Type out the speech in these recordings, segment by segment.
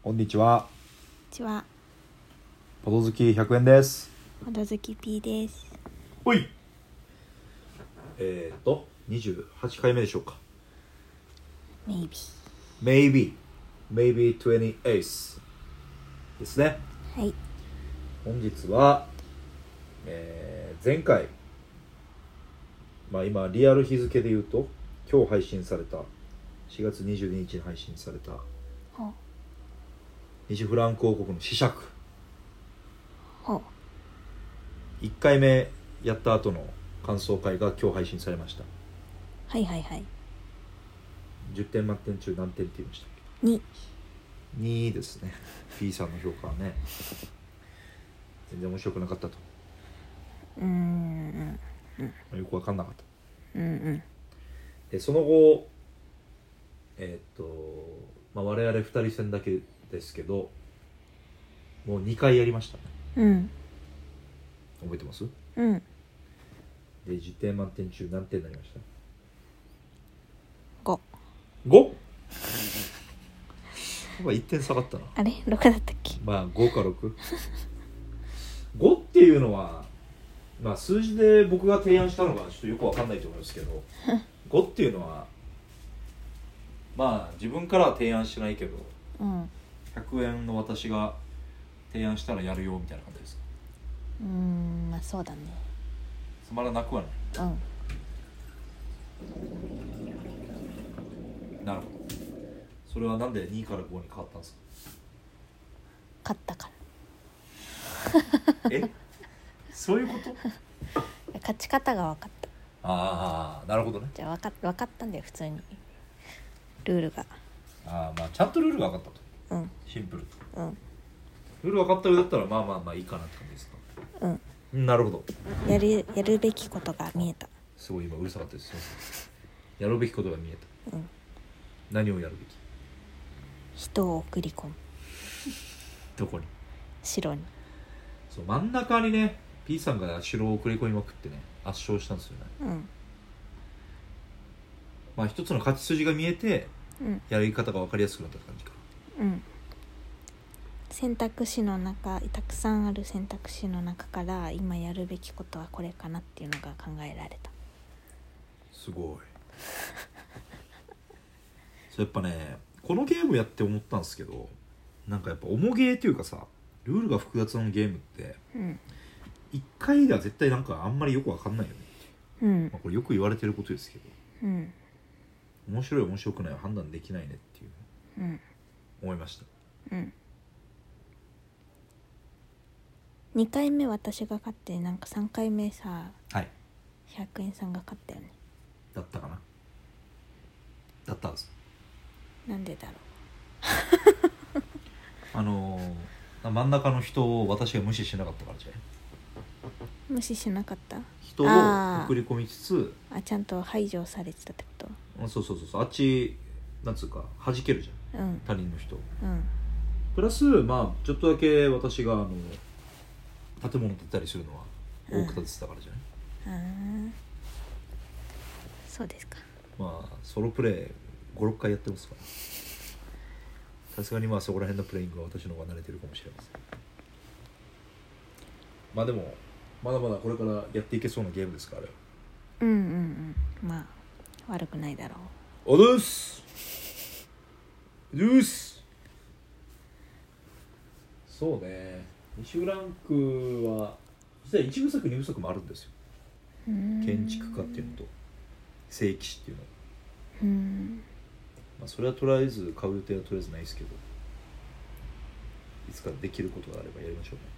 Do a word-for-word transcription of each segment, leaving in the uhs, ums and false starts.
こんにちは。 こんにちは。 ポド好きひゃくえんです。 ほどずき P です。 ほい。えーっとにじゅうはちかいめでしょうか。 Maybe Maybe Maybe にじゅうはちですね。 はい。 本日は、えー前回、まあ今リアル日付で言うと今日配信されたしがつにじゅうににちに配信されたほ西フランク王国の試釈ほいっかいめやった後の感想会が今日配信されました。 はいはいはい。 じゅってん満点中何点って言いましたっにけ？にですね。 P さんの評価はね全然面白くなかったと。 うーんよく分かんなかった。 うんうんでその後えーっと、まあ、我々ふたり戦だけですけどもうにかいやりましたね。 うん覚えてます？ うんでじゅってん満点中何点になりました？ ご。 ご？ いってん下がったな。 あれろくだったっけ？ まあごかろく。ごっていうのはまあ数字で僕が提案したのがちょっとよくわかんないと思いますけどごっていうのはまあ自分からは提案してないけどうんひゃくえんの私が提案したらやるよみたいな感じですか？ うーんまあそうだね。 つまらなくはない。 うんなるほど。それはなんでにからごに変わったんですか？ 勝ったかえそういうこと？ ら。勝ち方が分かった。 ああなるほどね。 じゃあ分か分かったんだよ普通にルールが。 ああまあちゃんとルールが分かったと。 うんシンプル。 うんルール分かった上だったらまあまあまあいいかなって感じですか？ うんなるほど。 やるやるべきことが見えた。 すごい今うるさかったです。すいません。やるべきことが見えた。 うん何をやるべき？ 人を送り込む。 どこに？ 城に。 そう真ん中にね P さんが城を送り込みまくってね圧勝したんですよね。 うんまあ一つの勝ち筋が見えてうんやり方が分かりやすくなった感じか。 うん選択肢の中たくさんある選択肢の中から今やるべきことはこれかなっていうのが考えられた。 すごいそうやっぱねこのゲームやって思ったんですけどなんかやっぱ重ゲーっていうかさルールが複雑なゲームってうんいっかいでは絶対なんかあんまりよく分かんないよね。 うんまあ、これよく言われてることですけどうん面白い面白くないは判断できないねっていううん思いました。 うんにかいめ私が勝ってなんかさんかいめさはいひゃくえんさんが勝ったよね。 だったかな。だったはず。 なんでだろあのー、真ん中の人を私が無視しなかったからじゃない？ う。無視しなかった。 人を送り込みつつあちゃんと排除されてたってこあそうそうそうそうあっちなんつうか弾けるじゃんと？うん他人の人うんプラスまあちょっとだけ私があの建物建てたりするのは多く建ててたからじゃない、 あーそうですか。 まあソロプレイごろっかいやってますからさすがにまあそこら辺のプレイングは私の方が慣れてるかもしれません。まあでもまだまだこれからやっていけそうなゲームですからあれは。 うんうんうんまあ悪くないだろおどうすおどうすそうね西フランクは実はいち部作に部作もあるんですよ。 う。うーん建築家っていうのと聖騎士っていうの、 うーんまあ、それはとりあえず買う予定はとりあえずないですけどいつかできることがあればやりましょうね。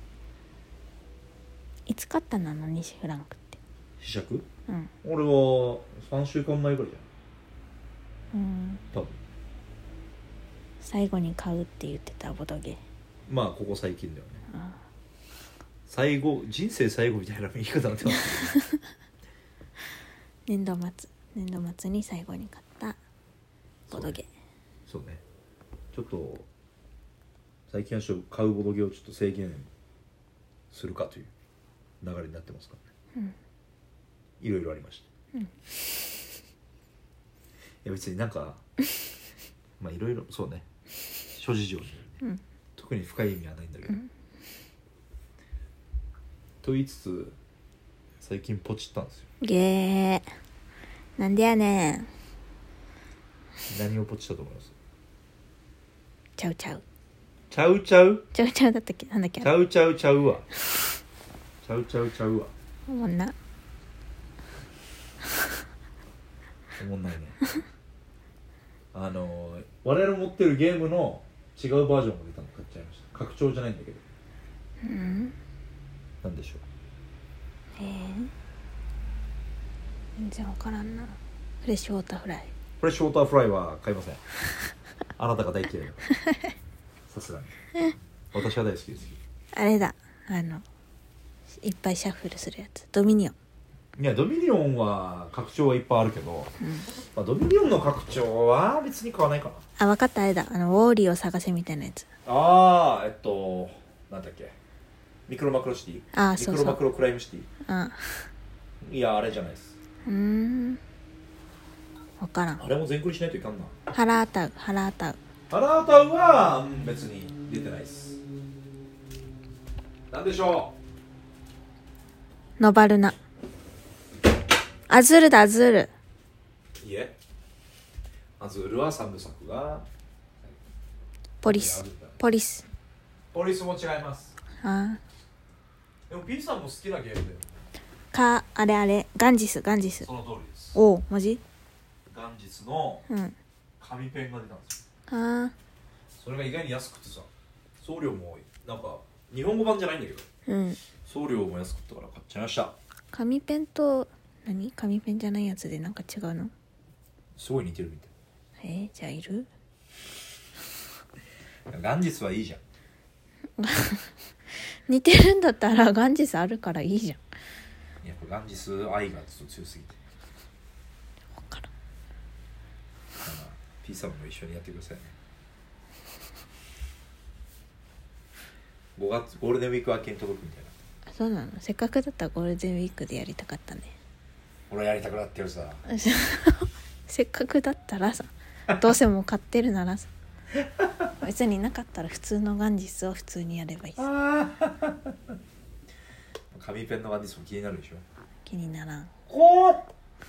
いつ勝ったなの西フランクって？ 試釈うん俺はさんしゅうかんまえぐらいじゃんうん多分。 最後に買うって言ってたボドゲ。 まあここ最近だよね。 あ最後人生最後みたいな言い方になってますけど、ね、 年度末年度末に最後に買ったボドゲ。 そうねちょっと最近はちょっと買うボドゲをちょっと制限するかという流れになってますからね。 うんいろいろありました、 うん、 いや別になんかまあいろいろそうね諸事情にうん、 特に深い意味はないんだけど、 うん、 と言いつつ最近ポチったんですよ。 ゲーなんでやねん。 何をポチったと思います？ ちゃうちゃうちゃうちゃうちゃうちゃうだったっけ、なんだっけ、 ちゃうちゃうちゃうわちゃうちゃうちゃうわおもんなおもんないねあの我々持ってるゲームの違うバージョンが出たの買っちゃいました。拡張じゃないんだけど。 うんなんでしょう。 えー、全然わからんな。フレッシュウォーターフライ。 フレッシュウォーターフライは買いませんあなたが大嫌いださすがに私は大好きです。 あれだ、あのいっぱいシャッフルするやつ、ドミニオン。 いやドミニオンは拡張はいっぱいあるけど、 うん、 まあ、ドミニオンの拡張は別に買わないかな。 あ、分かった、あれだ、あのウォーリーを探せみたいなやつ。 ああえっとなんだっけ、ミクロマクロシティ。 あーそうそう、 ミクロマクロクライムシティ。 あいやあれじゃないです。 うーん分からん。 あれも全クリしないといかんな。 ハラータウハラータウハラータウは、うん、別に出てないです。なんでしょノバルナ。アズールだ、アズール。 う。いえアズールはさんぶさくがポリスポリスポリスも違います。 あでも P さんも好きなゲームだよ。 か、あれあれ、ガンジスガンジス。 その通りです。 おお、マジ？ ガンジスのうん紙ペンが出たんですよ。 あそれが意外に安くてさ、送料もなんか日本語版じゃないんだけど、 ーうん送料も安くったから買っちゃいました。 紙ペンと何紙ペンじゃないやつでなんか違うの？ すごい似てるみたい。 えー、じゃあいる？ ガンジスはいいじゃん。 似てるんだったらガンジスあるからいいじゃん。 やっぱガンジス愛がちょっと強すぎて。 分からん。 まあ P さんも一緒にやってくださいね。ごがつゴールデンウィーク明けに届くみたいな。 あ、そうなの。せっかくだったらゴールデンウィークでやりたかったね。 俺やりたくなってるさ。 せっかくだったらさ、どうせもう買ってるならさ、別になかったら普通のガンジスを普通にやればいいさ。 紙ペンのガンジスも気になるでしょ。 気にならん。 こう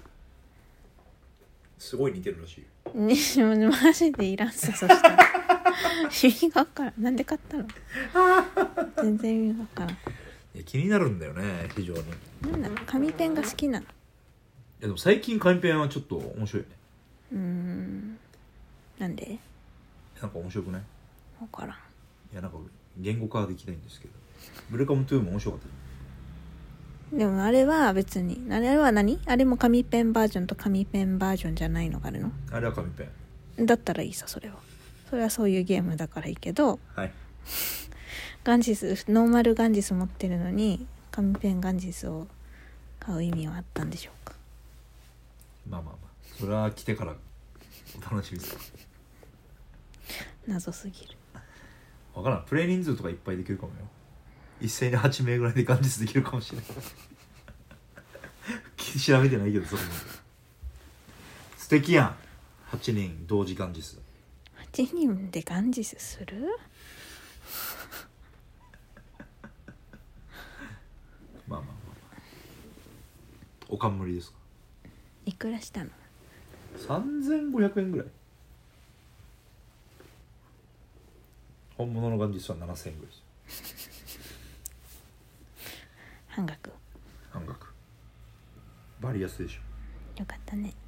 すごい似てるらしいよ。 ね、マジでいらんさ。そしたら意味が分からん。なんで買ったの？全然意味が分からん。いいや気になるんだよね、非常に。 なんだろう、紙ペンが好きなの。 いやでも最近紙ペンはちょっと面白いよね。 うーん、なんで？ なんか面白くない？ 分からん。 いやなんか言語化はできないんですけど、ブレカムトゥーも面白かったよ。 でもあれは別に、あれは何？あれも紙ペンバージョンと紙ペンバージョンじゃないのがあるの？ あれは紙ペンだったらいいさ、それは。それはそういうゲームだからいいけど、 はい。 ガンジス、ノーマルガンジス持ってるのに紙ペンガンジスを買う意味はあったんでしょうか？ まあまあまあ、それは来てからお楽しみです。 謎すぎる。 分からん、プレイ人数とかいっぱいできるかもよ。一斉にはちめいぐらいでガンジスできるかもしれない調べてないけどそれも素敵やん。はちにん同時ガンジス。 はちにんでガンジスする？ まあまあまあまあ、おかんむりですか？ いくらしたの？ さんぜんごひゃくえんぐらい。本物のガンジスはななせんえんぐらいですよ。 半額。 半額。バリ安でしょ。 よかったね。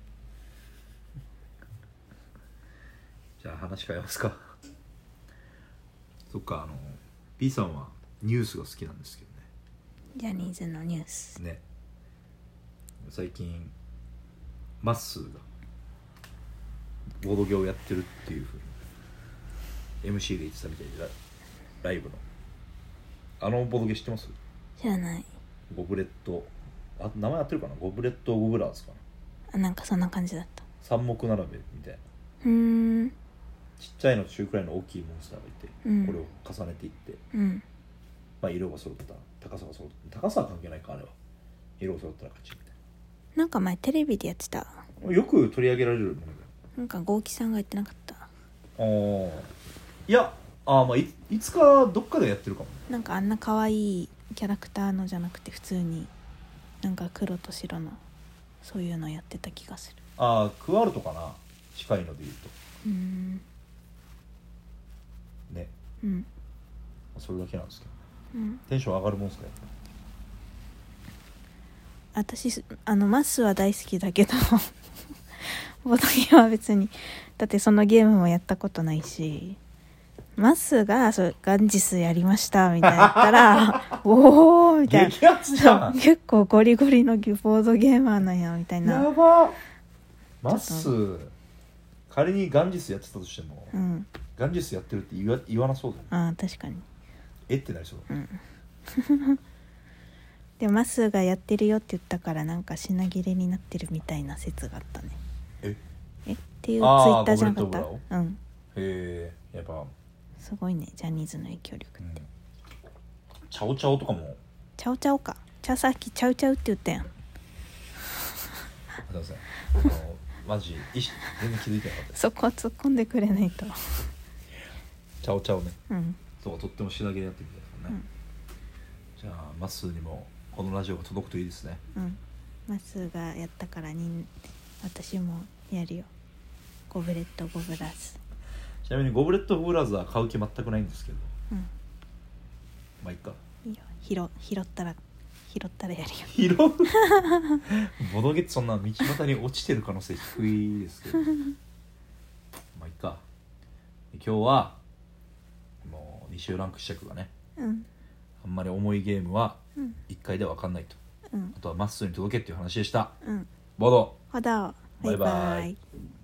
じゃあ話変えますか。そっか、あの B さんはニュースが好きなんですけどね。 ジャニーズのニュースね。最近マッスーがボードゲをやってるっていうふうに エムシー で言ってたみたいで、ライブのあのボードゲ知ってます？ 知らない。 ゴブレット、あ、名前合ってるかな、ゴブレットゴブラーズかな。 あ、なんかそんな感じだった。 三目並べみたいな。 うーん。 ちっちゃいのと中くらいの大きいモンスターがいて、うん、これを重ねていって、 うん、 まあ色が揃った高さが揃った高さは関係ないか、あれは色が揃ったら勝ちみたいな。なんか前テレビでやってた。 よく取り上げられるものだよ。 なんか豪輝さんが言ってなかった？ ああ、いや、 ああまあ い, いつかどっかでやってるかも。 なんかあんな可愛いキャラクターのじゃなくて普通になんか黒と白のそういうのやってた気がする。 ああクワルトかな、近いので言うと。 うーんね、 うんそれだけなんですけど、 うん、 テンション上がるもんですかやっぱ私あのマスは大好きだけどボードゲームは別に、だってそのゲームもやったことないし、マスがそうガンジスやりましたみたいなやったらおーみたいな、 激アツじゃん結構ゴリゴリのボードゲーマーなんやみたいな。 やばマス仮にガンジスやってたとしても、 うん、 ガンジスやってるって言わ、言わなそうだよね。 ああ確かに。 えってなりそう、うん、 でもマスがやってるよって言ったからなんか品切れになってるみたいな説があったね。 ええっていうツイッターじゃなかった？うん。 へえ、やっぱすごいねジャニーズの影響力って、うん、 チャオチャオとかもチャオチャオか、チャさっきチャウチャウって言ったやん。 すいません、あのマジ意識全然気づいてなかったそこは突っ込んでくれないと。 チャオチャオね、 うん、 そうとっても品切れになってるみたいですね、うん、じゃあマッスーにもこのラジオが届くといいですね。 うん、マッスーがやったからに私もやるよ、ゴブレットゴブラーズ。 ちなみにゴブレットゴブラーズは買う気全くないんですけど、 うん、 まあいっか、 いいよ、拾、拾ったら拾ったらやるよ。 拾うボドゲってそんな道端に落ちてる可能性低いですけどまあいっか。今日はもうに週ランク試着がね、 うん、 あんまり重いゲームはいっかいでは分かんないと、 うん、 あとはまっすーに届けっていう話でした、 うん、 ボドほど、バイバイ。